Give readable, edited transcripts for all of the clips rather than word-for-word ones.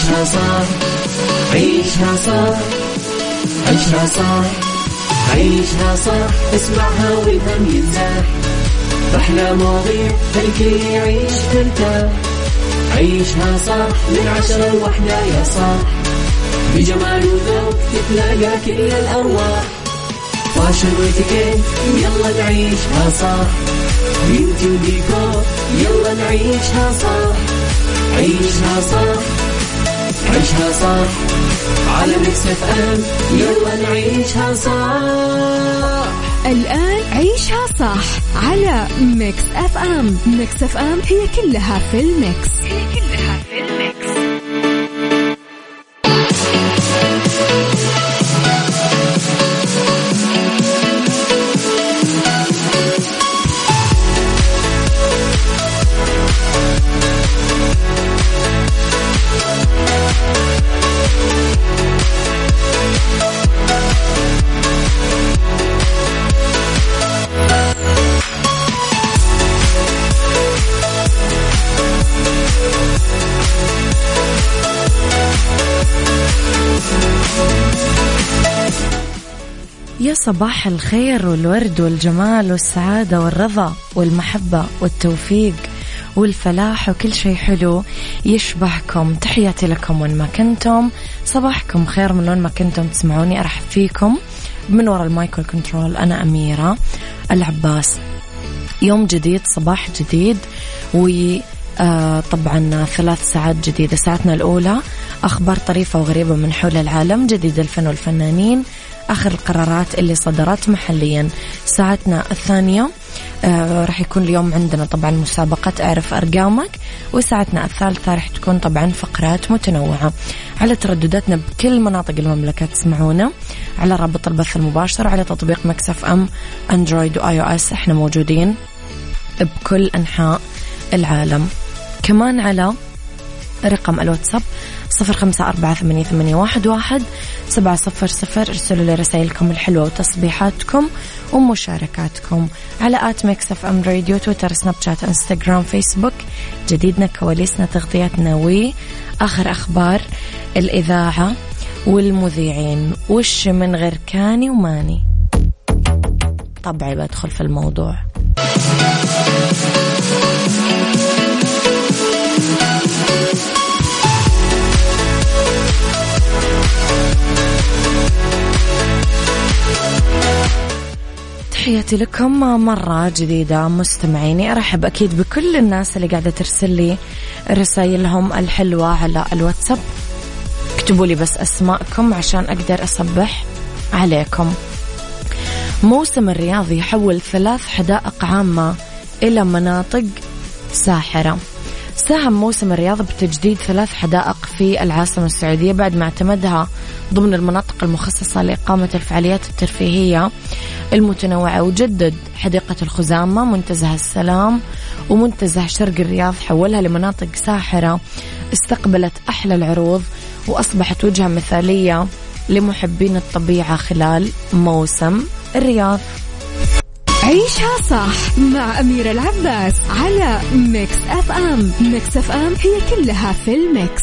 عيشها صح عيشها صح عيشها صح عيشها صح اسمعها والهم ينزاح أحلى مواضيع الكل يعيش ترتاح عيشها صح من 10 ل1 يا صاح بجمال وذوق تتلاقى كل الأرواح فاشل واتيكيت يلا نعيشها صح بيوتي وديكور يلا نعيشها صح عيشها صح عيشها صح على ميكس اف ام يلا نعيشها صح. الآن عيشها صح على ميكس اف ام. ميكس اف ام هي كلها في الميكس. يا صباح الخير والورد والجمال والسعادة والرضا والمحبة والتوفيق والفلاح وكل شيء حلو يشبهكم. تحياتي لكم وين ما كنتم، صباحكم خير من وين ما كنتم تسمعوني. أرحب فيكم من وراء المايك والكنترول، أنا أميرة العباس. يوم جديد، صباح جديد، وطبعا 3 ساعات جديدة. ساعتنا الأولى أخبار طريفة وغريبة من حول العالم، جديد الفن والفنانين، آخر القرارات اللي صدرت محليا. ساعتنا الثانية راح يكون اليوم عندنا طبعا مسابقة أعرف أرقامك، وساعتنا الثالثة راح تكون طبعا فقرات متنوعة على تردداتنا بكل مناطق المملكة. تسمعونا على رابط البث المباشر على تطبيق ميكس اف ام اندرويد واي او اس. احنا موجودين بكل أنحاء العالم، كمان على رقم الواتساب 0548811700. ارسلوا لي رسائلكم الحلوة وتصبيحاتكم ومشاركاتكم على @mixfm راديو، تويتر، سناب شات، انستغرام، فيسبوك. جديدنا، كواليسنا، تغطياتنا، وآخر أخبار الإذاعة والمذيعين. وش من غير كاني وماني، طبعي بدخل في الموضوع. تحياتي لكم مرة جديدة مستمعيني. أرحب أكيد بكل الناس اللي قاعدة ترسل لي رسائلهم الحلوة على الواتساب. اكتبوا لي بس أسماءكم عشان أقدر أصبح عليكم. موسم الرياض يحول 3 حدائق عامة إلى مناطق ساحرة. ساهم موسم الرياض بتجديد 3 حدائق في العاصمة السعودية بعد ما اعتمدها ضمن المناطق المخصصة لإقامة الفعاليات الترفيهية المتنوعة. وجدد حديقة الخزامة، منتزه السلام، ومنتزه شرق الرياض، حولها لمناطق ساحرة استقبلت أحلى العروض وأصبحت وجهة مثالية لمحبين الطبيعة خلال موسم الرياض. عيشها صح مع أميرة العباس على ميكس اف ام. ميكس اف ام هي كلها في الميكس.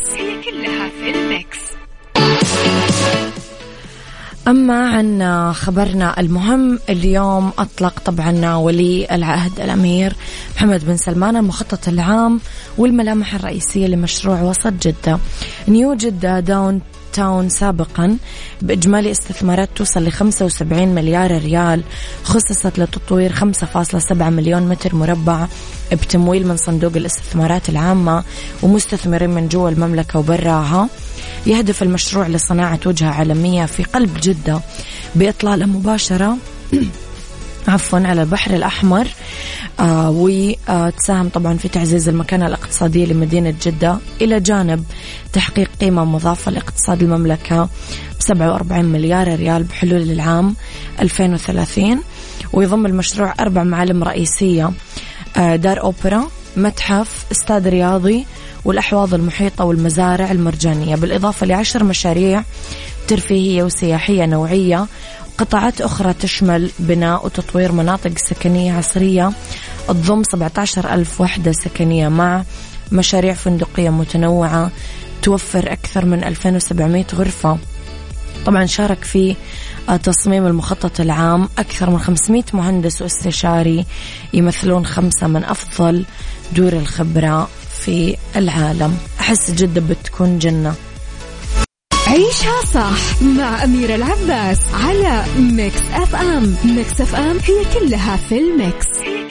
أما عن خبرنا المهم اليوم، أطلق طبعا ولي العهد الأمير محمد بن سلمان المخطط العام والملامح الرئيسية لمشروع وسط جدة نيو جدة داون تاون، سابقا بإجمالي استثمارات توصل ل75 مليار ريال، خصصت لتطوير 5.7 مليون متر مربع بتمويل من صندوق الاستثمارات العامة ومستثمرين من جوا المملكة وبراها. يهدف المشروع لصناعة وجهة عالمية في قلب جدة بإطلالة مباشرة على البحر الأحمر، وتساهم طبعا في تعزيز المكانة الاقتصادية لمدينة جدة، إلى جانب تحقيق قيمة مضافة لاقتصاد المملكة ب47 مليار ريال بحلول العام 2030. ويضم المشروع 4 معالم رئيسية: دار أوبرا، متحف، استاد رياضي، والأحواض المحيطة والمزارع المرجانية، بالإضافة ل10 مشاريع ترفيهية وسياحية نوعية. قطاعات أخرى تشمل بناء وتطوير مناطق سكنية عصرية تضم 17,000 وحدة سكنية، مع مشاريع فندقية متنوعة توفر أكثر من 2700 غرفة. طبعا شارك في تصميم المخطط العام أكثر من 500 مهندس واستشاري يمثلون 5 من أفضل دور الخبرة في العالم. أحس جدا بتكون جنة. عيشها صح مع أميرة العباس على ميكس أف أم. ميكس أف أم هي كلها في الميكس.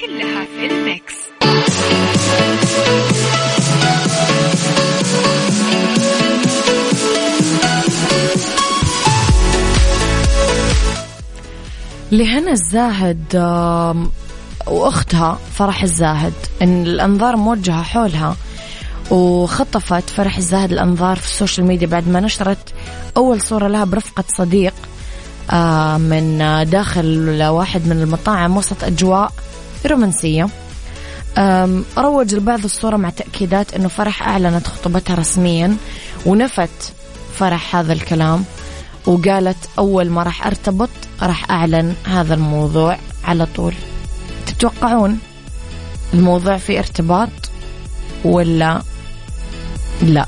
لهنا الزاهد وأختها فرح الزاهد إن الأنظار موجهة حولها، وخطفت فرح الزاهد الأنظار في السوشيال ميديا بعد ما نشرت أول صورة لها برفقة صديق من داخل واحد من المطاعم وسط أجواء رومانسية. روج البعض الصورة مع تأكيدات أنه فرح أعلنت خطوبتها رسميا، ونفت فرح هذا الكلام وقالت أول ما راح أرتبط راح أعلن هذا الموضوع على طول. تتوقعون الموضوع في ارتباط ولا لا؟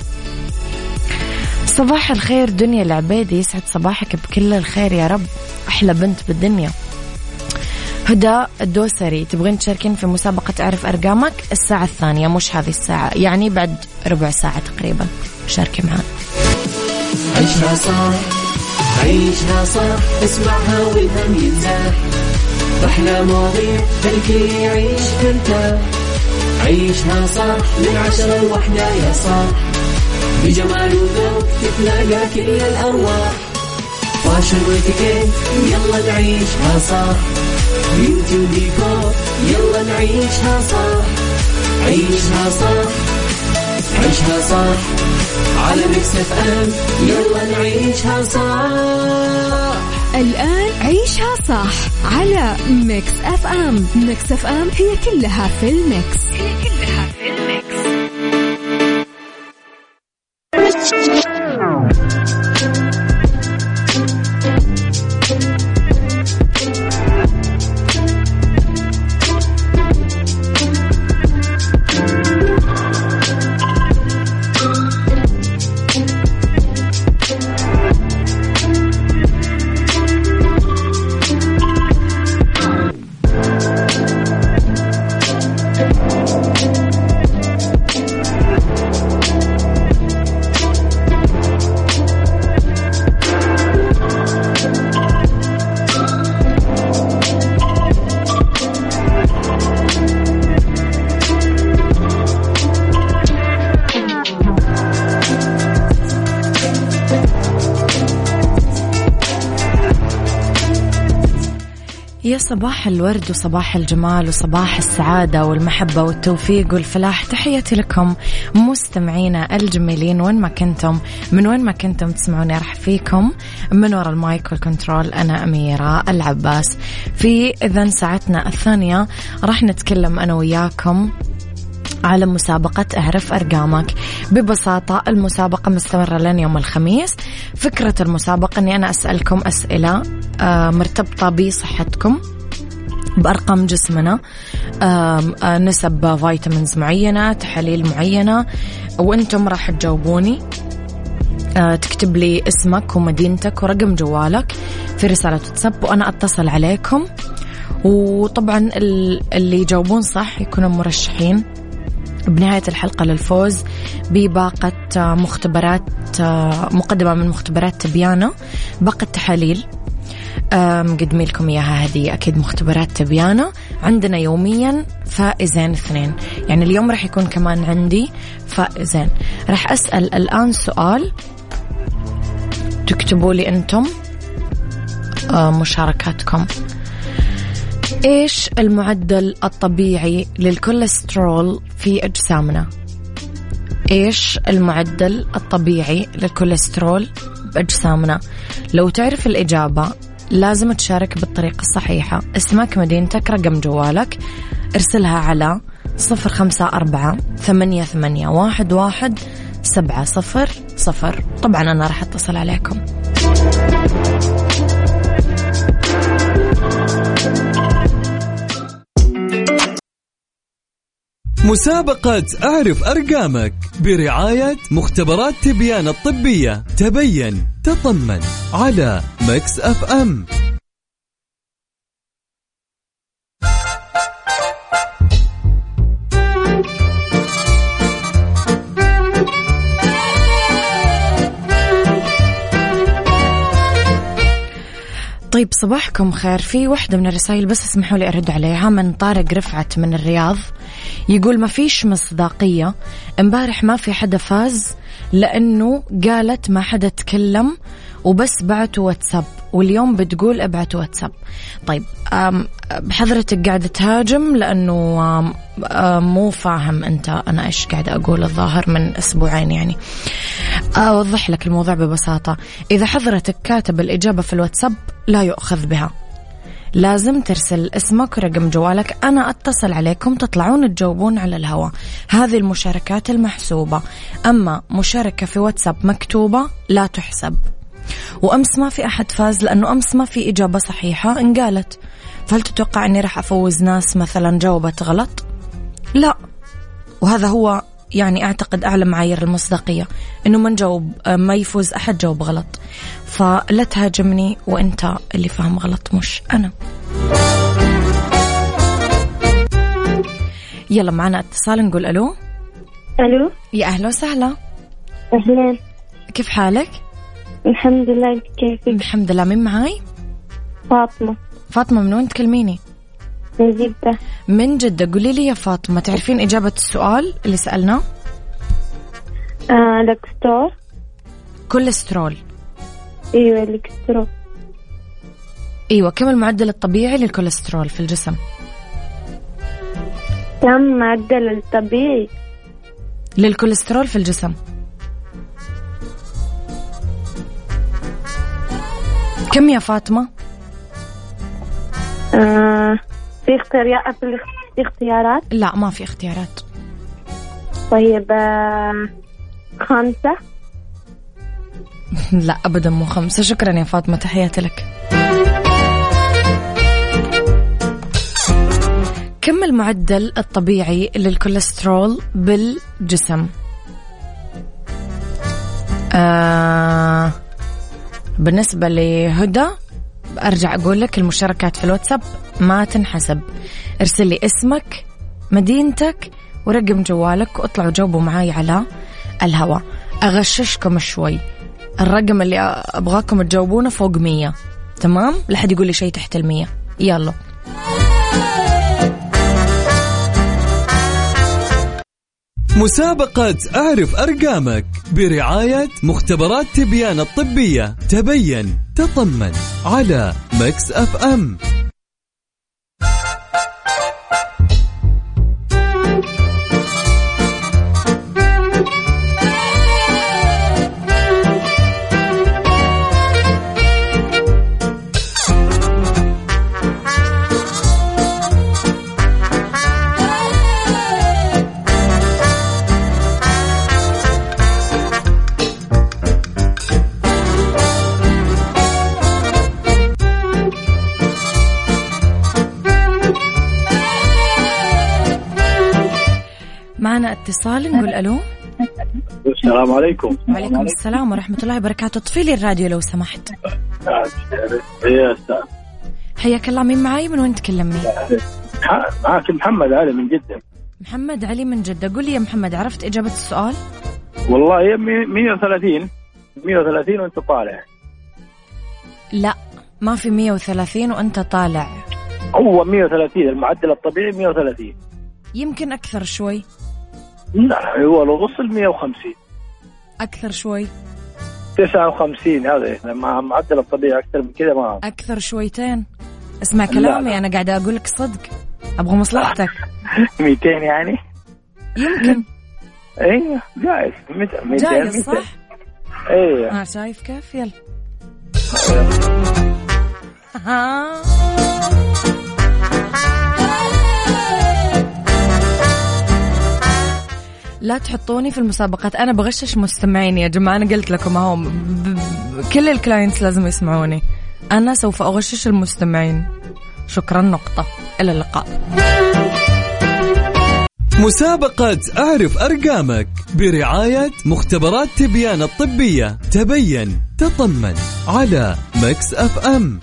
صباح الخير دنيا العبيدي، يسعد صباحك بكل الخير يا رب، أحلى بنت بالدنيا. هدى الدوسري، تبغين تشاركين في مسابقة أعرف أرقامك؟ الساعة الثانية، مش هذه الساعة، يعني بعد ربع ساعة تقريبا شاركي معنا. عيشها صح عيشها صح، اسمعها والهم ينزاح، أحلى مواضيع الكل يعيش ترتاح. عيشها صح من 10 ل1 يا صاح، بجمال وذوق تتلاقى كل الأرواح، فاشل واتيكيت يلا نعيشها صح، بيوتي وديكور يلا نعيشها صح. عيشها صح عيشها صح على ميكس اف ام، يلا نعيشها صح. الآن عيشها صح على ميكس أف أم. ميكس أف أم هي كلها في الميكس. يا صباح الورد وصباح الجمال وصباح السعادة والمحبة والتوفيق والفلاح. تحياتي لكم مستمعينا الجميلين وين ما كنتم، من وين ما كنتم تسمعوني. راح فيكم من وراء المايك والكنترول أنا أميرة العباس. في إذن ساعتنا الثانية راح نتكلم أنا وياكم على مسابقة أعرف أرقامك. ببساطة المسابقة مستمرة لين يوم الخميس. فكرة المسابقة أني أنا أسألكم أسئلة مرتبطة بصحتكم، بأرقام جسمنا، نسب فيتامينز معينة، تحاليل معينة، وأنتم راح تجاوبوني. تكتب لي اسمك ومدينتك ورقم جوالك في رسالة واتساب وأنا أتصل عليكم. وطبعا اللي يجاوبون صح يكونوا مرشحين بنهاية الحلقة للفوز بباقة مختبرات مقدمة من مختبرات تبيانة، باقة تحاليل مقدمي لكم إياها هدية. أكيد مختبرات تبيانة عندنا يوميا فائزين 2، يعني اليوم راح يكون كمان عندي فائزين. راح أسأل الآن سؤال تكتبوا لي أنتم مشاركاتكم. إيش المعدل الطبيعي للكوليسترول في أجسامنا؟ إيش المعدل الطبيعي للكوليسترول بأجسامنا؟ لو تعرف الإجابة لازم تشارك بالطريقة الصحيحة. اسمك، مدينتك، رقم جوالك، ارسلها على 0548811700. طبعا أنا راح أتصل عليكم. مسابقة أعرف أرقامك برعاية مختبرات تبيان الطبية. تبين تطمن على ميكس اف ام. طيب صباحكم خير. في واحدة من الرسائل بس اسمحوا لي أرد عليها، من طارق رفعت من الرياض، يقول ما فيش مصداقية، امبارح ما في حدا فاز لأنه قالت ما حدا تكلم وبس بعتوا واتساب، واليوم بتقول ابعتوا واتساب. طيب حضرتك قاعدة تهاجم لأنه مو فاهم أنت أنا إيش قاعدة أقول الظاهر من أسبوعين. يعني أوضح لك الموضوع ببساطة. إذا حضرتك كاتب الإجابة في الواتساب لا يؤخذ بها، لازم ترسل اسمك ورقم جوالك، أنا أتصل عليكم تطلعون تجاوبون على الهواء. هذه المشاركات المحسوبة. أما مشاركة في واتساب مكتوبة لا تحسب. وأمس ما في أحد فاز لأنه أمس ما في إجابة صحيحة انقالت. فهل تتوقع أني راح أفوز ناس مثلا جاوبت غلط؟ لا. وهذا هو يعني أعتقد أعلى معايير المصداقية، إنه من جاوب ما يفوز أحد جاوب غلط. فلا تهاجمني وإنت اللي فاهم غلط مش أنا. يلا معنا اتصال، نقول ألو. ألو، يا أهلا وسهلا. أهلا، كيف حالك؟ الحمد لله، كيفك؟ الحمد لله. مين معاي؟ فاطمة. فاطمة من وين تكلميني؟ من جدة. من جدة. قولي لي يا فاطمة، تعرفين إجابة السؤال اللي سألناه؟ لكسترول. كوليسترول. ايوه لكسترول. ايوه. كم المعدل الطبيعي للكوليسترول في الجسم؟ كم معدل الطبيعي للكوليسترول في الجسم؟ كم يا فاطمة؟ في اختيارات؟ لا ما في اختيارات. طيب 5. لا أبدا مو 5. شكرا يا فاطمة، تحياتي لك. كم المعدل الطبيعي للكوليسترول بالجسم؟ بالنسبة لهدى أرجع أقول لك المشاركات في الواتساب ما تنحسب. ارسل لي اسمك، مدينتك، ورقم جوالك، واطلعوا جاوبوا معاي على الهواء. أغششكم شوي، الرقم اللي أبغاكم تجاوبونه فوق 100. تمام؟ لحد يقول لي شيء تحت 100. يلا. مسابقة أعرف أرقامك برعاية مختبرات تبيان الطبية. تبين تطمن على ميكس اف ام. معنا اتصال، نقول ألو. السلام عليكم. وعليكم السلام ورحمة الله وبركاته. طفيلي الراديو لو سمحت. يا أستاذ. حياك الله. مين معاي؟ من وين تكلمني؟ معك محمد علي من جدة. محمد علي من جدة. قل لي يا محمد، عرفت إجابة السؤال؟ والله هي 130 وانت طالع. لا ما في 130 وانت طالع. هو 130 المعدل الطبيعي 130. يمكن أكثر شوي. لا هو لو وصل 150. أكثر شوي 59. هذا لما معدل الطبيعي أكثر من كذا ما. أكثر شويتين. اسمع كلامي. لا. أنا قاعدة أقول لك صدق، أبغى مصلحتك. 200 يعني يمكن. ايه جايز. 200 جايز صح. ايه شايف كيف. يلا. لا تحطوني في المسابقات، أنا بغشش مستمعين يا جماعة. أنا قلت لكم اهو كل الكلاينتس لازم يسمعوني. أنا سوف أغشش المستمعين. شكرا، نقطة. إلى اللقاء. مسابقة أعرف أرقامك برعاية مختبرات تبيان الطبية. تبين تطمن على ميكس اف ام.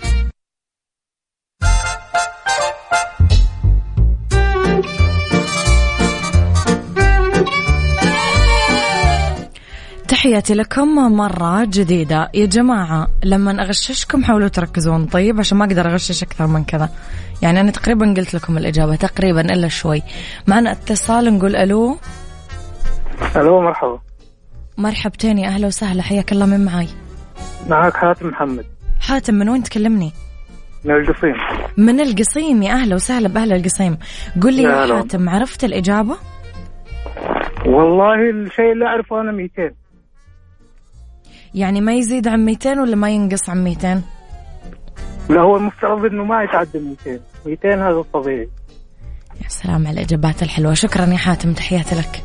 تحياتي لكم مرة جديدة يا جماعة. لما أغششكم حاولوا تركزون طيب، عشان ما أقدر أغشش أكثر من كذا. يعني أنا تقريبا قلت لكم الإجابة تقريبا إلا شوي. معنا اتصال، نقول ألو. ألو مرحبا. مرحبتين يا أهلا وسهلا، حياك الله. من معاي؟ معك حاتم محمد. حاتم من وين تكلمني؟ من القصيم. من القصيم، يا أهلا وسهلا بأهل القصيم. قل لي يا حاتم، عرفت الإجابة؟ والله الشيء اللي أعرفه أنا 200. يعني ما يزيد عن 200 ولا ما ينقص عن 200؟ لا، هو المفترض إنه ما يتعدى 200. 200 هذا الطبيعي. يا سلام على الإجابات الحلوة. شكرا يا حاتم، تحياتي لك.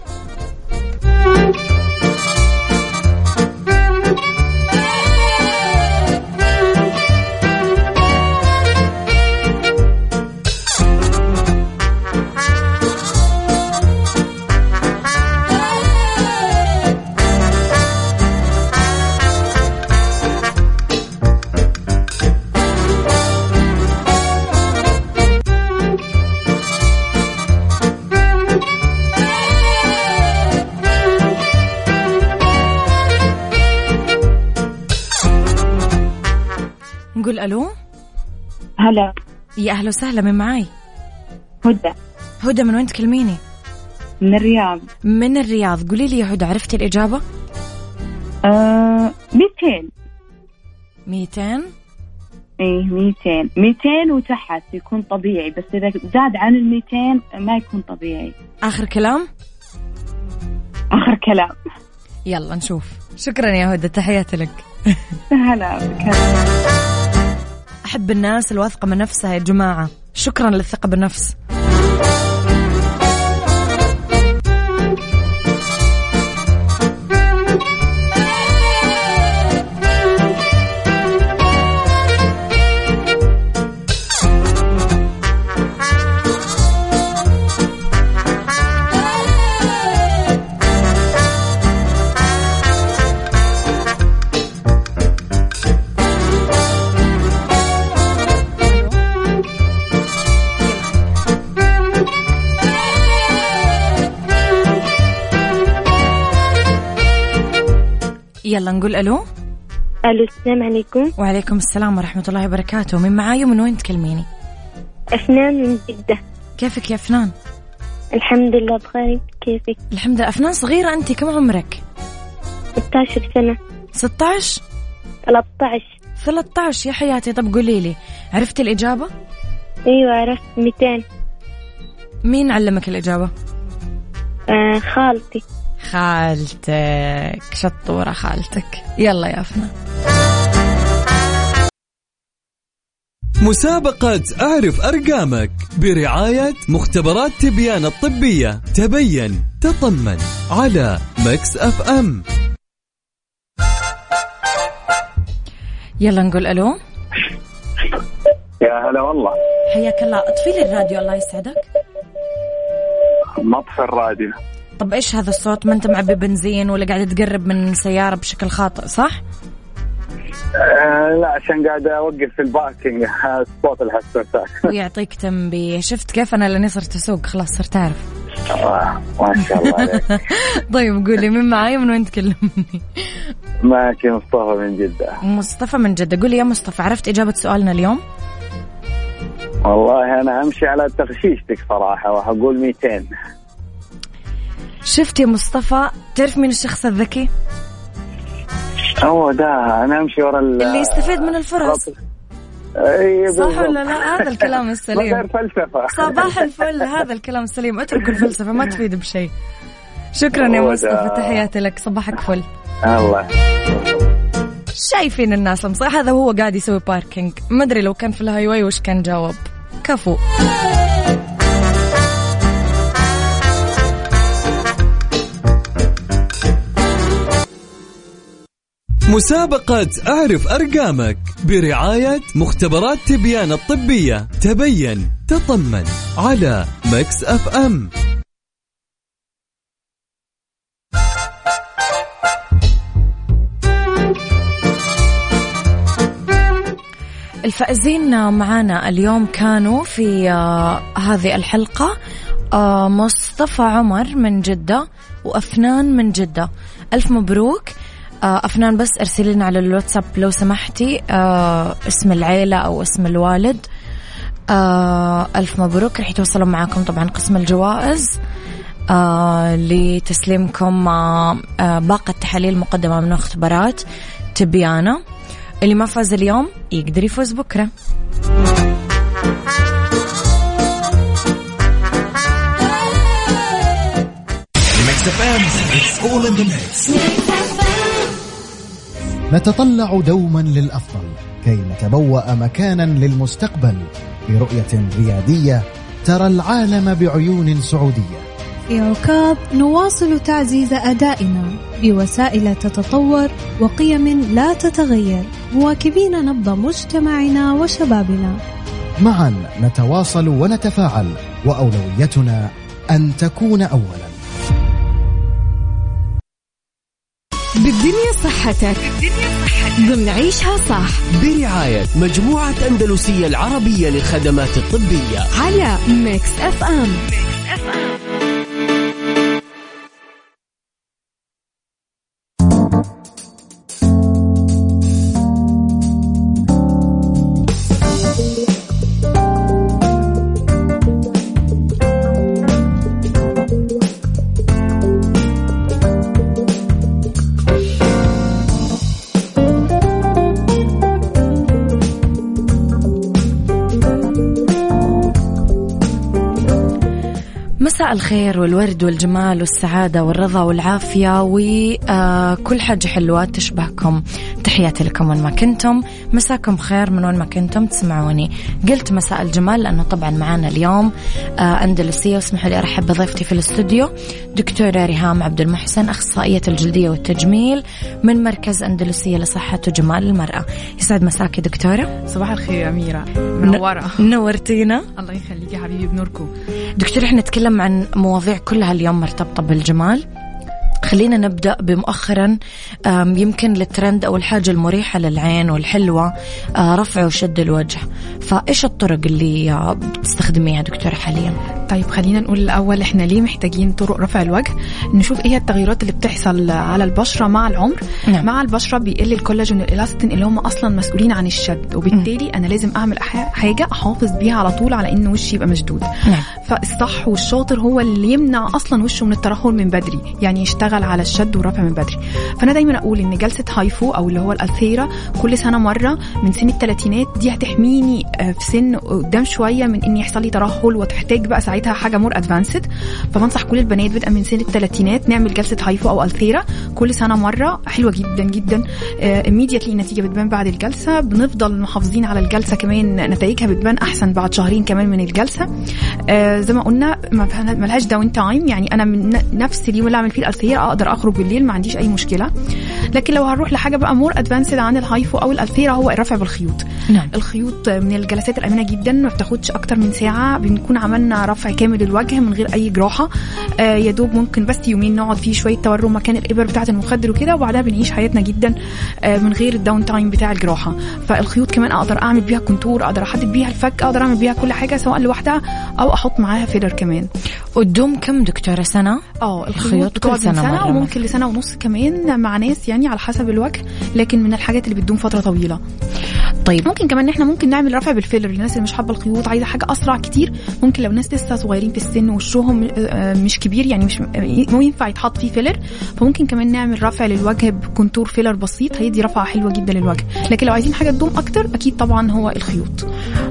نقول ألو. هلا. يا أهلا وسهلا، من معاي؟ هدى. هدى من وين تكلميني؟ من الرياض. من الرياض. قولي لي يا هدى، عرفتي الإجابة؟ 200. 200؟ إيه 200. 200 وتحت يكون طبيعي، بس إذا زاد عن 200 ما يكون طبيعي. آخر كلام؟ آخر كلام. يلا نشوف. شكرا يا هدى، تحياتي لك. هلا بك. أحب الناس الواثقة من نفسها يا جماعة. شكرا للثقة بالنفس. يلا نقول ألو. ألو، السلام عليكم. وعليكم السلام ورحمة الله وبركاته. من معاي ومن وين تكلميني؟ أفنان من جدة. كيفك يا أفنان؟ الحمد لله بخير، كيفك؟ الحمد لله. أفنان صغيرة أنت، كم عمرك؟ 16 سنة. 16؟ 13. 13 يا حياتي. طب قولي لي، عرفتي الإجابة؟ أيوة عرفت، 200. مين علمك الإجابة؟ خالتي. خالتك، شطورة خالتك. يلا يا أفنان. مسابقة أعرف أرقامك برعاية مختبرات تبيان الطبية. تبين تطمن على ميكس اف ام. يلا نقول ألو. يا هلا والله. حياك الله. اطفي لي الراديو الله يسعدك. مطفي الراديو. طب إيش هذا الصوت؟ ما أنت معبي بنزين ولا قاعد تقرب من سيارة بشكل خاطئ صح؟ لا، عشان قاعد أوقف في الباركينج. الصوت الحساس. ويعطيك تنبيه. شفت كيف أنا لاني صرت أسوق خلاص صرت أعرف. ما شاء الله عليك. طيب قولي، من معاي ومن وين تكلمني؟ ماشي، مصطفى من جدة. مصطفى من جدة. قولي يا مصطفى، عرفت إجابة سؤالنا اليوم؟ والله أنا أمشي على تغشيشتك صراحة وهقول 200. شفت يا مصطفى؟ تعرف مين الشخص الذكي؟ ده أنا أمشي ورا اللي يستفيد من الفرص. صح ولا لا؟ هذا الكلام السليم. غير فلسفة. صباح الفل، هذا الكلام السليم. اترك الفلسفة، ما تفيد بشيء. شكرا يا مصطفى، تحياتي لك. صباحك فل. الله. شايفين الناس المصيح هذا هو قاعد يسوي باركينج. ما أدري لو كان في الهاي واي وش كان جاوب. كفو. مسابقة أعرف أرقامك برعاية مختبرات تبيان الطبية. تبين تطمن على ميكس اف ام. الفائزين معنا اليوم كانوا في هذه الحلقة مصطفى عمر من جدة وأفنان من جدة. ألف مبروك أفنان، بس ارسلين على الواتساب لو سمحتي اسم العيلة أو اسم الوالد. ألف مبروك، رح يتواصلوا معاكم طبعا قسم الجوائز لتسليمكم باقة تحاليل مقدمة من اختبارات تبيانة. اللي ما فاز اليوم يقدر يفوز بكرة. نتطلع دوما للأفضل كي نتبوأ مكانا للمستقبل برؤية ريادية ترى العالم بعيون سعودية. في عكاظ نواصل تعزيز أدائنا بوسائل تتطور وقيم لا تتغير، مواكبين نبض مجتمعنا وشبابنا. معا نتواصل ونتفاعل، وأولويتنا أن تكون أولا. بالدنيا صحتك ضمن عيشها صح برعاية مجموعة أندلسية العربية للخدمات الطبية على ميكس اف ام. مساء الخير والورد والجمال والسعادة والرضا والعافية وكل حاجة حلوة تشبهكم. تحياتي لكم وين ما كنتم، مساكم خير من وين ما كنتم تسمعوني. قلت مساء الجمال لأنه طبعا معنا اليوم أندلسية، واسمحوا لي أرحب بضيفتي في الاستوديو دكتورة ريهام عبد المحسن، أخصائية الجلدية والتجميل من مركز أندلسية لصحة وجمال المرأة. يسعد مساكي دكتورة. صباح الخير يا أميرة، منورة. نورتينا. الله يخليك يا حبيبي، بنوركم. دكتور احنا نتكلم عن مواضيع كلها اليوم مرتبطة بالجمال. خلينا نبدأ بمؤخرا يمكن للترند أو الحاجة المريحة للعين والحلوة، رفع وشد الوجه. فإيش الطرق اللي بتستخدميها دكتورة حاليا؟ طيب خلينا نقول الأول إحنا ليه محتاجين طرق رفع الوجه. نشوف إيه التغيرات اللي بتحصل على البشرة مع العمر. نعم. مع البشرة بيقل الكولاجين والإلاستين اللي هم أصلا مسؤولين عن الشد، وبالتالي أنا لازم أعمل حاجة أحافظ بيها على طول على إنه وشي يبقى مشدود. نعم. فالصح والشاطر هو اللي يمنع أصلا وشه من الترهل من بدري، يعني يشتغل على الشد والرفع من بدري. فأنا دايما أقول إن جلسة هايفو أو اللي هو الألثيرا كل سنة مرة من سن الثلاثينات دي هتحميني في سن قدام شوية من إن يحصل لي ترهل وتحتاج بقى ساعتها حاجة مور أدفانسد. فبنصح كل البنات بدءا من سن الثلاثينات نعمل جلسة هايفو أو ألثيرا كل سنة مرة، حلوة جدا جدا. immediately النتيجة بتبان بعد الجلسة، بنفضل محافظين على الجلسة، كمان نتائجها بتبان أحسن بعد شهرين كمان من الجلسة. زي ما قلنا ملهاش داون تايم، يعني أنا من نفس اليوم اللي أعمل فيه الألثيرا أقدر أخرج بالليل ما عنديش أي مشكلة. لكن لو هنروح لحاجة بقى مور أدفانسد عن الهايفو أو الألثيرا هو الرفع بالخيوط. نعم. الخيوط من الجلسات الأمنة جدا، ما بتاخدش أكتر من ساعة، بنكون عملنا رفع كامل الوجه من غير أي جراحة. يا دوب ممكن بس يومين نقعد فيه شوية تورم مكان الإبر بتاعة المخدر وكده، وبعدها بنعيش حياتنا جدا من غير الداون تايم بتاع الجراحة. فالخيوط كمان أقدر أعمل بيها كونتور، أقدر أحدد بيها الفك، أقدر أعمل بيها كل حاجة سواء لوحدها أو أحط معاها فيلر كمان. قدوم كم دكتورة؟ سنة؟ الخيوط بتقعد سنة وممكن لسنة ونص كمان مع ناس، يعني على حسب الوجه، لكن من الحاجات اللي بتدوم فترة طويلة. طيب ممكن كمان احنا ممكن نعمل رفع بالفيلر للناس اللي مش حابة الخيوط، عايزة حاجة أسرع كتير. ممكن لو ناس لسه صغيرين في السن وشهم مش كبير، يعني مش ينفع يتحط فيه فيلر، فممكن كمان نعمل رفع للوجه بكونتور فيلر بسيط، هيدي رفعة حلوة جدا للوجه. لكن لو عايزين حاجة تدوم أكتر أكيد طبعا هو الخيوط.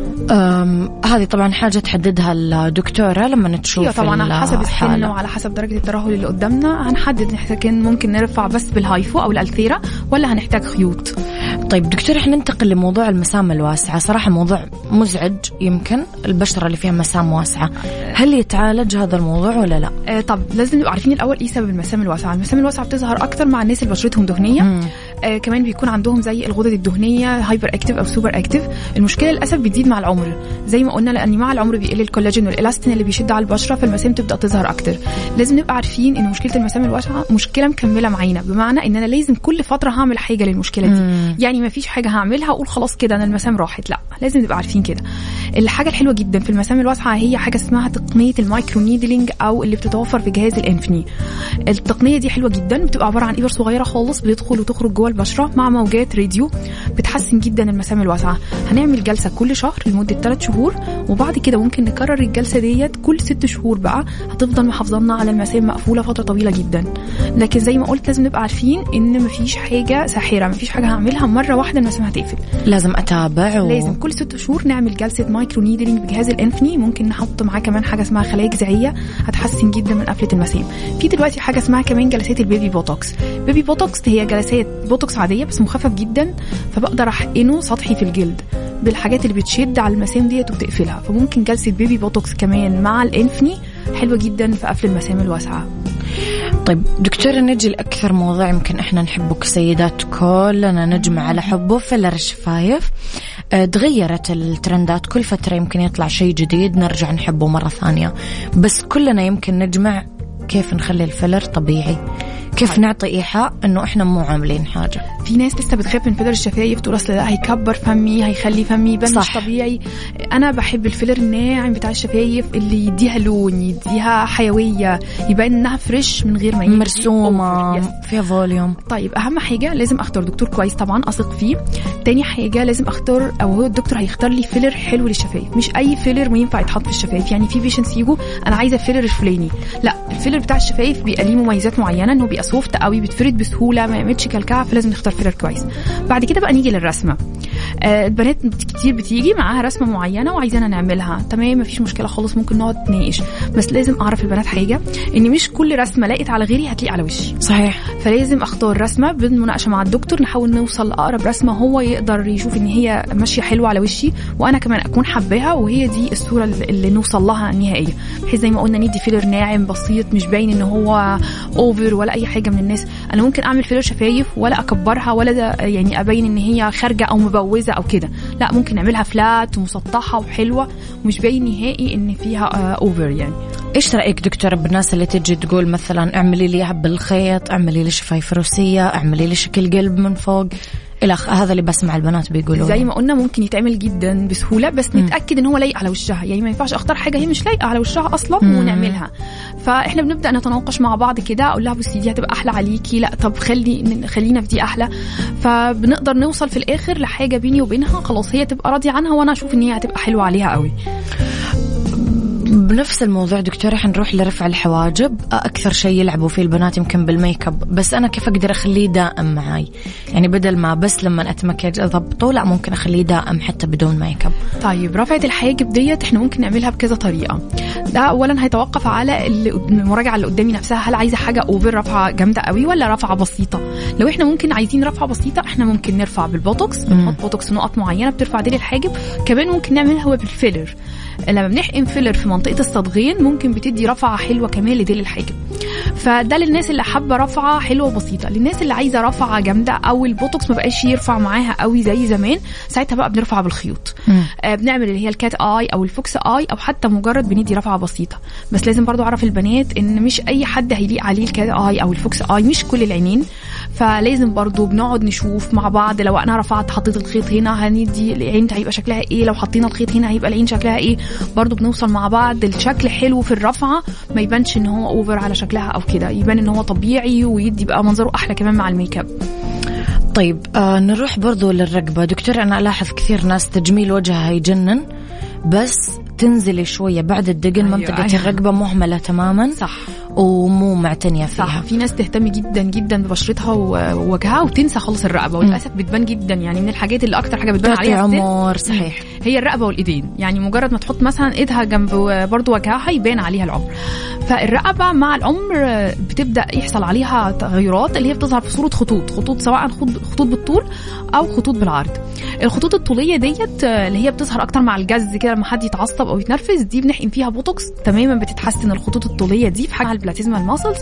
هذه طبعا حاجة تحددها الدكتورة لما نتشوف طبعا على حسب السن وعلى حسب درجة الترهل اللي قدامنا هنحدد نحتاج ممكن نرفع بس بالهايفو أو الألثيرا ولا هنحتاج خيوط. طيب دكتور احنا ننتقل لموضوع المسام الواسعة. صراحة موضوع مزعج، يمكن البشرة اللي فيها مسام واسعة، هل يتعالج هذا الموضوع ولا لا؟ طب لازم نبقى عارفين الأول إيه سبب المسام الواسعة. المسام الواسعة بتظهر أكتر مع الناس اللي بشرتهم دهنية. كمان بيكون عندهم زي الغدد الدهنيه هايبر اكتيف او سوبر اكتيف. المشكله للاسف بتزيد مع العمر زي ما قلنا، لان مع العمر بيقل الكولاجين والالاستين اللي بيشد على البشره، فالمسام تبدا تظهر اكتر. لازم نبقى عارفين ان مشكله المسام الواسعه مشكله مكمله معانا، بمعنى ان انا لازم كل فتره هعمل حاجه للمشكله دي. يعني ما فيش حاجه هعملها اقول خلاص كده انا المسام راحت، لا، لازم نبقى عارفين كده. الحاجه الحلوه جدا في المسام الواسعه هي حاجه اسمها تقنيه المايكرو نيدلينج او اللي بتتوفر في جهاز الانفني. التقنيه دي حلوه جدا، بتبقى عباره عن ابر صغيره خالص بتدخل وتخرج جوه البشره مع موجات راديو، بتحسن جدا المسام الواسعه. هنعمل جلسه كل شهر لمده 3 شهور، وبعد كده ممكن نكرر الجلسه ديت كل 6 شهور بقى، هتفضل محافظنا على المسام مقفوله فتره طويله جدا. لكن زي ما قلت لازم نبقى عارفين ان مفيش حاجه ساحره، مفيش حاجه هعملها مره واحده المسام هتقفل، لازم اتابع لازم كل 6 شهور نعمل جلسه مايكرو نيدلينج بجهاز الانفني. ممكن نحط معاه كمان حاجه اسمها خلايا جذعيه هتحسن جدا من قفله المسام. في دلوقتي حاجه اسمها كمان جلسات البيبي بوتوكس. بيبي بوتوكس هي جلسات بوتوكس عاديه بس مخفف جدا، فبقدر احقنه سطحي في الجلد بالحاجات اللي بتشد على المسام ديت وبتقفلها. فممكن جلسه بيبي بوتوكس كمان مع الانفني حلوه جدا في قفل المسام الواسعه. طيب دكتورة، نجي لأكثر موضوع يمكن إحنا نحبه كسيدات كلنا نجمع على حبه، فيلر الشفايف. تغيرت الترندات، كل فترة يمكن يطلع شيء جديد نرجع نحبه مرة ثانية، بس كلنا يمكن نجمع كيف نخلي الفيلر طبيعي، كيف نعطي إيحاء إنه إحنا مو عاملين حاجة. في ناس لسه بتخاف من فيلر الشفايف، تقول أصل لا هيكبر فمي، هيخلي فمي يبان مش طبيعي. أنا بحب الفيلر الناعم بتاع الشفايف اللي يديها لون، يديها حيوية، يبان إنها فريش من غير ما يبقى مرسومة فيها فوليوم. طيب أهم حاجة لازم أختار دكتور كويس طبعا أثق فيه. تاني حاجة لازم أختار، أو هو الدكتور هيختار لي فيلر حلو للشفايف، مش أي فيلر ما ينفع يتحط في الشفايف. يعني في بيشنس يجوا أنا عايزة فيلر الفلاني، لا، الفيلر بتاع الشفايف بيبقى ليه مميزات معينة، إنه بيبقى سوفت قوي، بتفرد بسهولة، ما يعملش كلكعة، فلازم نختار فيلر كويس. بعد كده بقى نيجي للرسمة. البنات كتير بتيجي معاها رسمة معينة وعايزانا نعملها، تمام، مفيش مشكلة خالص، ممكن نقعد نناقش، بس لازم أعرف البنات حاجة، إن مش كل رسمة لاقت على غيري هتليق على وشي. صحيح. فلازم أختار رسمة بالمناقشة مع الدكتور، نحاول نوصل لأقرب رسمة هو يقدر يشوف إن هي ماشية حلوة على وشي، وأنا كمان أكون حباها، وهي دي الصورة اللي نوصل لها النهائية، بحيث زي ما قلنا ندي فيلر ناعم بسيط، مش باين إن هو أوفر ولا أي حاجة من الناس. أنا ممكن أعمل فيلر شفايف ولا أكبرها ولا يعني أبين إن هي خارجة أو مبوزة أو كده، لا، ممكن نعملها فلات ومسطحة وحلوة ومش باين نهائي إن فيها أوفر. يعني إيش رأيك دكتورة بالناس اللي تجي تقول مثلا اعملي لي بالخيط، اعملي لي شفايف روسية، اعملي لي شكل قلب من فوق، هذا اللي بسمع البنات بيقولوا. زي ما قلنا ممكن يتعمل جدا بسهولة، بس نتأكد ان هو لايق على وشها. يعني ما ينفعش اختار حاجة هي مش لايقة على وشها اصلا ونعملها. فاحنا بنبدأ نتناقش مع بعض كده، اقول لها بصي دي هتبقى احلى عليكي، لا طب خلينا في دي احلى. فبنقدر نوصل في الاخر لحاجة بيني وبينها خلاص هي تبقى راضية عنها، وانا اشوف ان هي هتبقى حلوة عليها قوي. بنفس الموضوع دكتورة حنروح لرفع الحواجب. أكثر شيء يلعبوا فيه البنات يمكن بالميك اب، بس أنا كيف أقدر أخليه دائم معي؟ يعني بدل ما بس لما أتمكيج أضبطه، لا، ممكن أخليه دائم حتى بدون ميك اب. طيب رفعة الحاجب ديت احنا ممكن نعملها بكذا طريقة. ده أولا هيتوقف على المراجعة اللي قدامي نفسها، هل عايزة حاجة أوفر رفعة جامدة قوي ولا رفعة بسيطة. لو احنا ممكن عايزين رفعة بسيطة، احنا ممكن نرفع بالبوتوكس، بنحط بوتوكس نقط معينة بترفع ديل الحاجب. كمان ممكن نعمل هو بالفيلر، لما بنحقن فيلر في منطقة الصدغين ممكن بتدي رفعة حلوة كمان لديل الحاجب. فده للناس اللي حابة رفعة حلوة وبسيطة. للناس اللي عايزة رفعة جامدة أو البوتوكس ما بقاش يرفع معاها قوي زي زمان، ساعتها بقى بنرفع بالخيوط. بنعمل اللي هي الكات آي أو الفوكس آي، أو حتى مجرد بندي رفعة بسيطة. بس لازم برضو أعرف البنات إن مش أي حد هيليق عليه الكات آي أو الفوكس آي، مش كل العينين. فلازم برضو بنقعد نشوف مع بعض، لو أنا رفعت حطيت الخيط هنا هندي العين هيبقى شكلها إيه، لو حطينا الخيط هنا هيبقى العين شكلها إيه. برضو بنوصل مع بعض الشكل حلو في الرفعة، ما يبانش إن هو أوفر على شكلها أو كده، يبان إن هو طبيعي ويدي بقى منظره أحلى كمان مع الميك اب. طيب نروح برضو للرقبة. دكتور أنا ألاحظ كثير ناس تجميل وجهها يجنن، بس تنزلي شوية بعد الدقن منطقة الرقبة مهملة تماما. صح. ومو معتنية فيها. صح. في ناس تهتم جدا جدا ببشرتها ووجهها وتنسى خالص الرقبة، وللأسف بتبان جدا. يعني من الحاجات اللي أكتر حاجة بتبان عليها عمر. صحيح. هي الرقبة والإيدين. يعني مجرد ما تحط مثلا إيدها جنب برضو وجهها يبان عليها العمر. فالرقبة مع العمر بتبدأ يحصل عليها تغيرات اللي هي بتظهر في صورة خطوط، سواء خطوط بالطول أو خطوط بالعرض. الخطوط الطولية ديت اللي هي بتظهر أكتر مع الجز كده، لما حد يتعصب بيعصب او يتنرفز دي بنحقن فيها بوتوكس تماما، بتتحسن الخطوط الطوليه دي في حاجه البلاتيزمال ماسلز.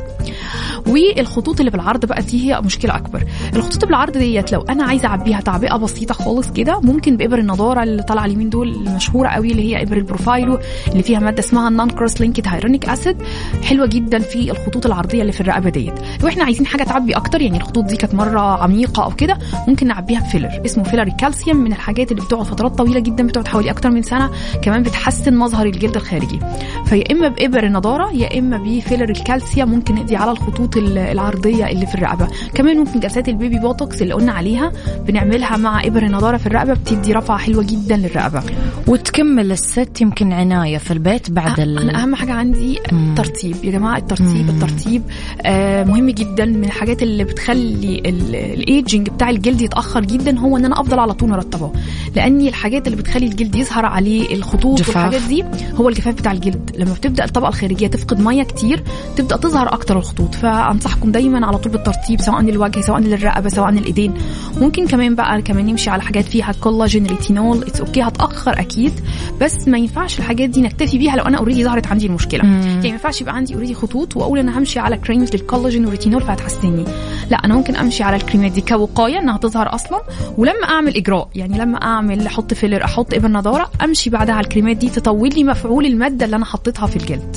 والخطوط اللي بالعرض بقى دي هي مشكله اكبر. الخطوط بالعرض ديت لو انا عايزه اعبيها تعبئه بسيطه خالص كده ممكن بابر النضاره اللي طالعه اليمين دول المشهوره قوي اللي هي ابر البروفايلو اللي فيها ماده اسمها النون كروس لينكد هيرونيك اسيد، حلوه جدا في الخطوط العرضيه اللي في الرقبه ديت. لو احنا عايزين حاجه تعبي اكتر يعني الخطوط دي كانت مره عميقه او كده ممكن نعبيها بفيلر اسمه فيلر الكالسيوم، من الحاجات اللي بتقعد فترات طويله جدا، بتقعد حوالي اكتر من سنه، كمان بتحسن مظهر الجلد الخارجي. فيا اما بابر النضاره يا اما بفيلر الكالسيوم ممكن نقضي على الخطوط العرضيه اللي في الرقبه. كمان ممكن جلسات البيبي بوتوكس اللي قلنا عليها بنعملها مع ابر النضاره في الرقبه، بتدي رفعه حلوه جدا للرقبه. وتكمل الست يمكن عنايه في البيت بعد انا اهم حاجه عندي الترتيب يا جماعه. الترتيب مهم جدا. من الحاجات اللي بتخلي الايجنج بتاع الجلد يتاخر جدا هو ان انا افضل على طول مرتبه، لان الحاجات اللي بتخلي الجلد يظهر عليه الخطوط جفاف. والحاجات دي هو الجفاف بتاع الجلد. لما بتبدا الطبقه الخارجيه تفقد ميه كتير تبدا تظهر اكتر الخطوط. فانصحكم دايما على طول بالترتيب سواء للوجه سواء للرقبه سواء للايدين. ممكن كمان نمشي على حاجات فيها كولاجين ريتينول، اتس اوكي هتاخر اكيد، بس ما ينفعش الحاجات دي نكتفي بيها لو انا اوريدي ظهرت عندي المشكله. يعني ما ينفعش يبقى عندي اوريدي خطوط واقول انا همشي على كريمز للكولاجين والريتينول فهتحسنني. لا، انا ممكن امشي على الكريمات دي كوقايه انها تظهر اصلا، ولما اعمل اجراء يعني لما اعمل احط فيلر احط ابر نضاره امشي بعدها على الكريمات دي تطول لي مفعول الماده اللي انا حطيتها في الجلد.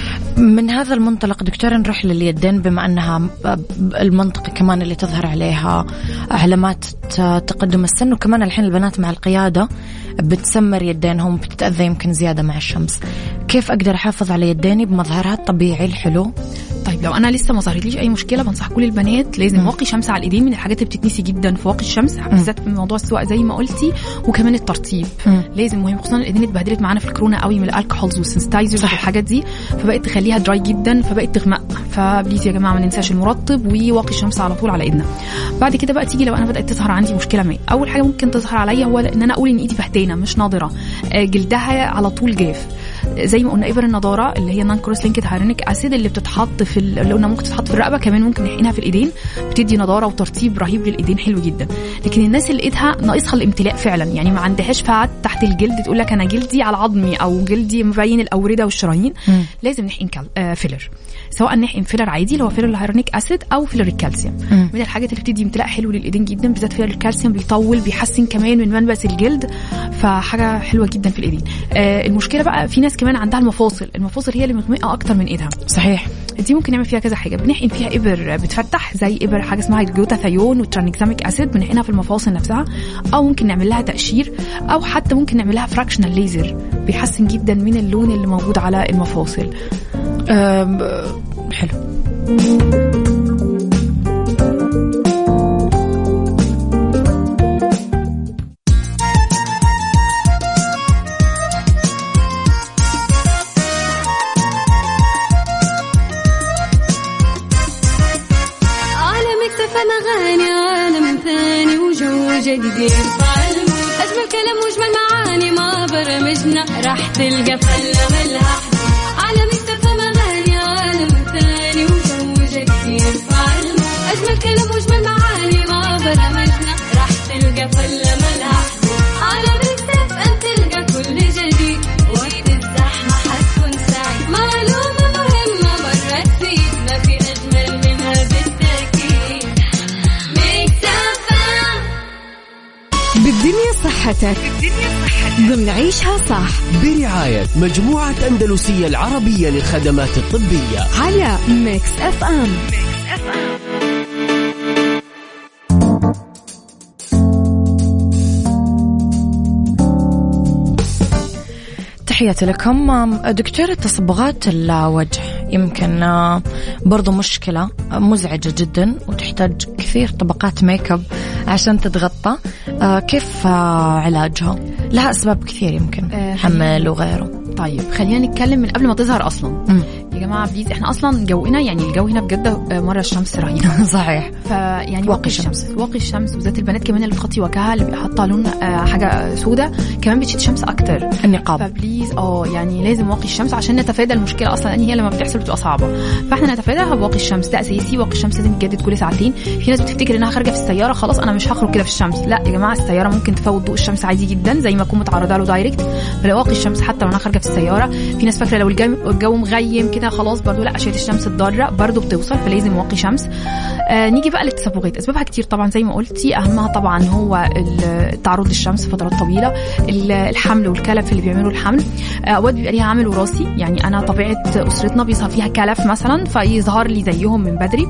من هذا المنطلق دكتور نروح لليدين، بما أنها المنطقة كمان اللي تظهر عليها علامات تقدم السن، وكمان الحين البنات مع القيادة بتسمر يدينهم بتتأذى يمكن زيادة مع الشمس. كيف أقدر أحافظ على يديني بمظهرها الطبيعي الحلو؟ طيب لو انا لسه ما ظهرتليش اي مشكله بنصح كل البنات لازم واقي شمس على الايدين، من الحاجات اللي بتتنسي جدا في واقي الشمس بالذات في موضوع السواقه زي ما قلتي. وكمان الترطيب لازم مهم، خصوصا الايدين اتبهدلت معانا في الكورونا قوي من الالكحولز والسنسيتايزرز والحاجات دي، فبقت تخليها دراي جدا فبقت تغمق. فبليز يا جماعه ما ننساش المرطب وواقي الشمس على طول على ايدنا. بعد كده بقى تيجي لو انا بدات تظهر عندي مشكله ما، اول حاجه ممكن تظهر عليا هو ان انا اقول ان ايدي بهتانه مش ناضره، جلدها على طول جاف. زي ما قلنا ابر النضاره اللي هي نون كروس لينكد هيرونيك اسيد اللي بتتحط في اللي قلنا ممكن تتحط في الرقبه، كمان ممكن نحقنها في الايدين، بتدي نضاره وترطيب رهيب للايدين حلو جدا. لكن الناس اللي ايدها ناقصها الامتلاء فعلا، يعني ما عندهاش فات تحت الجلد تقول لك انا جلدي على عظمي او جلدي مبين الاورده والشرايين، لازم نحقن فيلر، سواء نحقن فيلر عادي اللي هو فيلر الهيرونيك اسيد او فيلر الكالسيوم. من الحاجات اللي بتدي امتلاء حلو للايدين جدا، بالذات فيلر الكالسيوم بيطول بيحسن كمان من منبس الجلد، فحاجه حلوه جدا في الايدين. المشكله بقى في ناس كمان عندها المفاصل هي اللي مغمقه اكتر من ايدها. صحيح، دي ممكن نعمل فيها كذا حاجه. بنحقن فيها ابر بتفتح زي ابر حاجه اسمها الجلوتاثيون والترانكساميك اسيد، بنحقنها في المفاصل نفسها، او ممكن نعمل لها تقشير، او حتى ممكن نعمل لها فراكشنال ليزر بيحسن جدا من اللون اللي موجود على المفاصل. حلو. جديد أجمل كلام وأجمل معاني ما برمجنا راح تلقى فلة ملها على مكتفى مغاني عالم ثاني وجو جديد فعلم أجمل كلام وأجمل معاني ما برمجنا راح تلقى فلة ملها على مكتف أن تلقى كل جديد وقت الزحمة حتكون سعيد. معلومة مهمة مرت فيك ما في أجمل منها بالتأكيد. بالدنيا صحتك ضمن عيشها صح برعاية مجموعة أندلسية العربية للخدمات الطبية على ميكس اف ام. تحياتي لكم. دكتورة تصبغات الوجه يمكن برضو مشكلة مزعجة جدا وتحتاج كثير طبقات ميك اب عشان تتغطى. كيف علاجها؟ لها أسباب كثير يمكن حمل وغيره. طيب خلينا نتكلم من قبل ما تظهر أصلا. يا يا جماعه بليز، احنا اصلا جونا يعني الجو هنا بجد مره الشمس رهيبه. صحيح. فيعني واقي الشمس وذات البنات كمان اللي بتغطي وجهها اللي حاطه لون حاجه سوداء كمان بتشد شمس اكتر. النقاب. فبليز يعني لازم واقي الشمس عشان نتفادى المشكله اصلا ان هي لما بتحصل بتبقى صعبه، فاحنا نتفاداها بواقي الشمس. ده اساسي. واقي الشمس لازم يتجدد كل ساعتين. في ناس بتفتكر انها خارجه في السياره خلاص انا مش هخرج كده في الشمس. لا يا جماعه، السياره ممكن تفوت ضوء الشمس عادي جدا زي ما اكون متعرضه له دايركت. فلو واقي الشمس حتى لو انا خارجه في السياره. في ناس فاكره لو الجو مغيم كده خلاص، برضو لا، اشعه الشمس الضاره برضو بتوصل، فلازم واقي شمس. نيجي بقى للتسبغات. اسبابها كتير طبعا زي ما قلتي، اهمها طبعا هو التعرض للشمس فترات طويله، الحمل والكلف اللي بيعملوا الحمل. اوقات بيبقى ليها عامل وراثي، يعني انا طبيعه اسرتنا بيظهر فيها كلف مثلا فيظهر لي زيهم من بدري.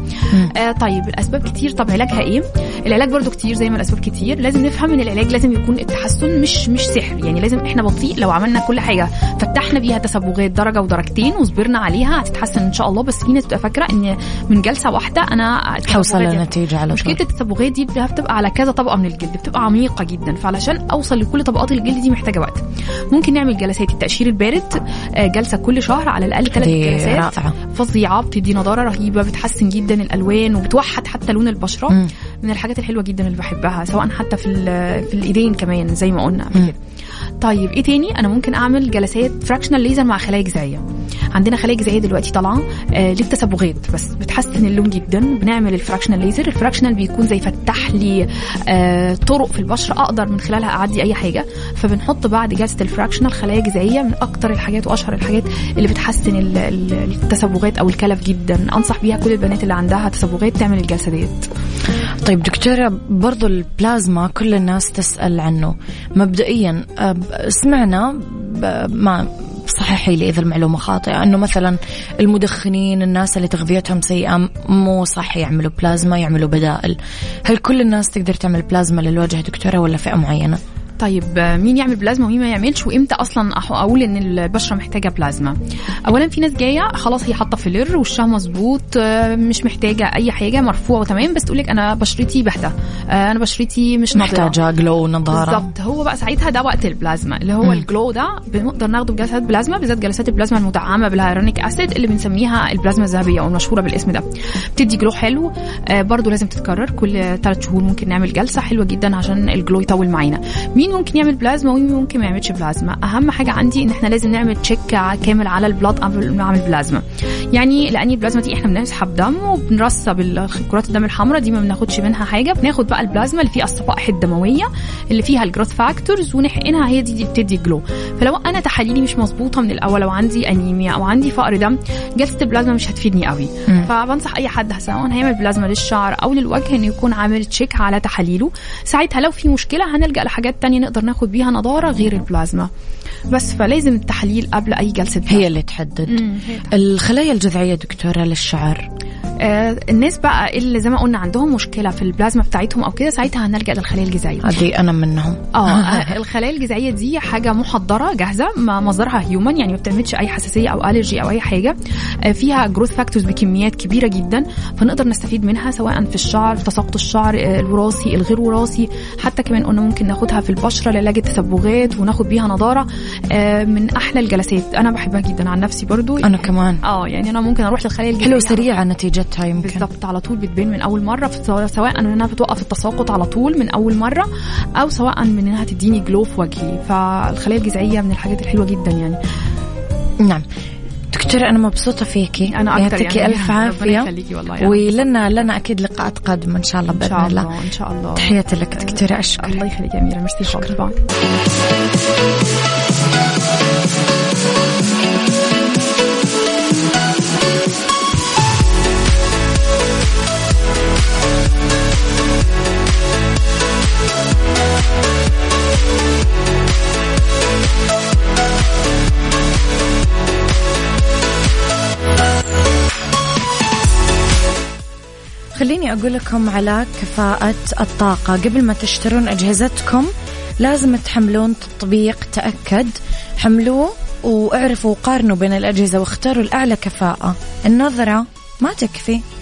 طيب الاسباب كتير. طب علاجها ايه؟ العلاج برضو كتير زي ما الاسباب كتير. لازم نفهم ان العلاج لازم يكون التحسن مش سحر، يعني لازم احنا بطيء لو عملنا كل حاجه فتحنا بيها تسبغات درجه ودرجتين وصبرنا عليها هتتحسن ان شاء الله. بس في ناس بتبقى فاكره ان من جلسه واحده انا هوصل لنتيجه على طول. مشكله التسبغات دي بتبقى على كذا طبقه من الجلد، بتبقى عميقه جدا، فعلشان اوصل لكل طبقات الجلد دي محتاجه وقت. ممكن نعمل جلسات التأشير البارد، جلسه كل شهر على الاقل 3 جلسات فظيعه، بتدي نضاره رهيبه، بتحسن جدا الالوان وبتوحد حتى لون البشره. من الحاجات الحلوه جدا اللي بحبها، سواء حتى في الايدين كمان زي ما قلنا قبل كده. طيب ايه تاني؟ انا ممكن اعمل جلسات فراكشنال ليزر مع خلايا جذعيه. عندنا خلايا جذعيه دلوقتي طالعه للتسبغات بس بتحسن اللون جدا. بنعمل الفراكشنال ليزر. الفراكشنال بيكون زي فتح لي طرق في البشره اقدر من خلالها اعدي اي حاجه. فبنحط بعد جلسه الفراكشنال خلايا جذعيه، من اكتر الحاجات واشهر الحاجات اللي بتحسن التسبغات او الكلف جدا. انصح بيها كل البنات اللي عندها تسبغات تعمل الجلسه ديت. طيب دكتوره، برضو البلازما كل الناس تسأل عنه. مبدئيا سمعنا، ما صحيحي لي إذا المعلومة خاطئة، أنه مثلا المدخنين، الناس اللي تغذيتهم سيئة مو صح يعملوا بلازما، يعملوا بدائل. هل كل الناس تقدر تعمل بلازما للوجه دكتورة ولا فئة معينة؟ طيب مين يعمل بلازما ومين ما يعملش، وامتى اصلا اقول ان البشره محتاجه بلازما؟ اولا في ناس جايه خلاص هي حاطه فيلر وشها مظبوط، مش محتاجه اي حاجه، مرفوعه وتمام، بس تقولك انا بشرتي باهته، انا بشرتي مش ناضره، محتاجه جلو نضاره. بالظبط. هو بقى ساعتها ده وقت البلازما اللي هو الجلو ده بنقدر ناخده بجلسات بلازما، بالذات جلسات البلازما المدعمه بالهيرونيك اسيد اللي بنسميها البلازما الذهبيه او المشهوره بالاسم ده. بتدي جلو حلو. برضو لازم تتكرر كل 3 شهور، ممكن نعمل جلسه حلوه جدا عشان الجلو يطول معانا. مين ممكن يعمل بلازما ومين ممكن ما يعملش بلازما؟ اهم حاجه عندي ان احنا لازم نعمل تشيك كامل على البلاد قبل ما نعمل بلازما، يعني لان البلازما دي احنا بنسحب دم وبنرسب كرات الدم الحمراء دي، ما بناخدش منها حاجه. بناخد بقى البلازما اللي فيها الصفائح الدمويه اللي فيها الجروث فاكتورز ونحقنها، هي دي بتدي جلو. فلو انا تحاليلي مش مظبوطه من الاول، او عندي انيميا او عندي فقر دم، جلسه البلازما مش هتفيدني قوي. فبنصح اي حد سواء هيعمل بلازما للشعر او للوجه انه يكون عامل تشيك على تحاليله. ساعتها لو في مشكله هنلجأ لحاجات تانية نقدر ناخد بيها نضاره غير البلازما بس. فلازم التحليل قبل اي جلسه هي اللي تحدد. الخلايا الجذعيه دكتوره للشعر، الناس بقى اللي زي ما قلنا عندهم مشكله في البلازما بتاعتهم او كده، ساعتها هنلجأ للخلايا الجذعيه. دي انا منهم. الخلايا الجذعيه دي حاجه محضره جاهزه، مصدرها هيومن، يعني ما بتعملش اي حساسيه او الرجي او اي حاجه. فيها جروث فاكتورز بكميات كبيره جدا، فنقدر نستفيد منها سواء في الشعر، في تساقط الشعر الوراثي الغير وراثي، حتى كمان قلنا ممكن ناخدها في البشره لعلاج التسبغات وناخد بيها نضاره. من احلى الجلسات، انا بحبها جدا عن نفسي برضو. انا كمان يعني انا ممكن اروح للخلايا الجذعيه. حلو سريعه نتيجتها يمكن. بالضبط، على طول بتبين من اول مره، سواء انها بتوقف التساقط على طول من اول مره، او سواء من انها تديني جلو في وجهي. فالخلايا الجذعيه من الحاجات الحلوه جدا يعني. نعم دكتورة، أنا مبسوطة فيكي، أنا أكتر يعطيكي ألف عافية، ولنا أكيد لقاءات قادمة إن شاء الله بإذن الله. إن شاء الله. تحياتي لك دكتورة، أشكر. الله يخليك يا أميرة، ميرسي خالص. خليني أقول لكم على كفاءة الطاقة. قبل ما تشترون أجهزتكم لازم تحملون تطبيق تأكد، حملوه واعرفوا وقارنوا بين الأجهزة واختاروا الأعلى كفاءة. النظرة ما تكفي.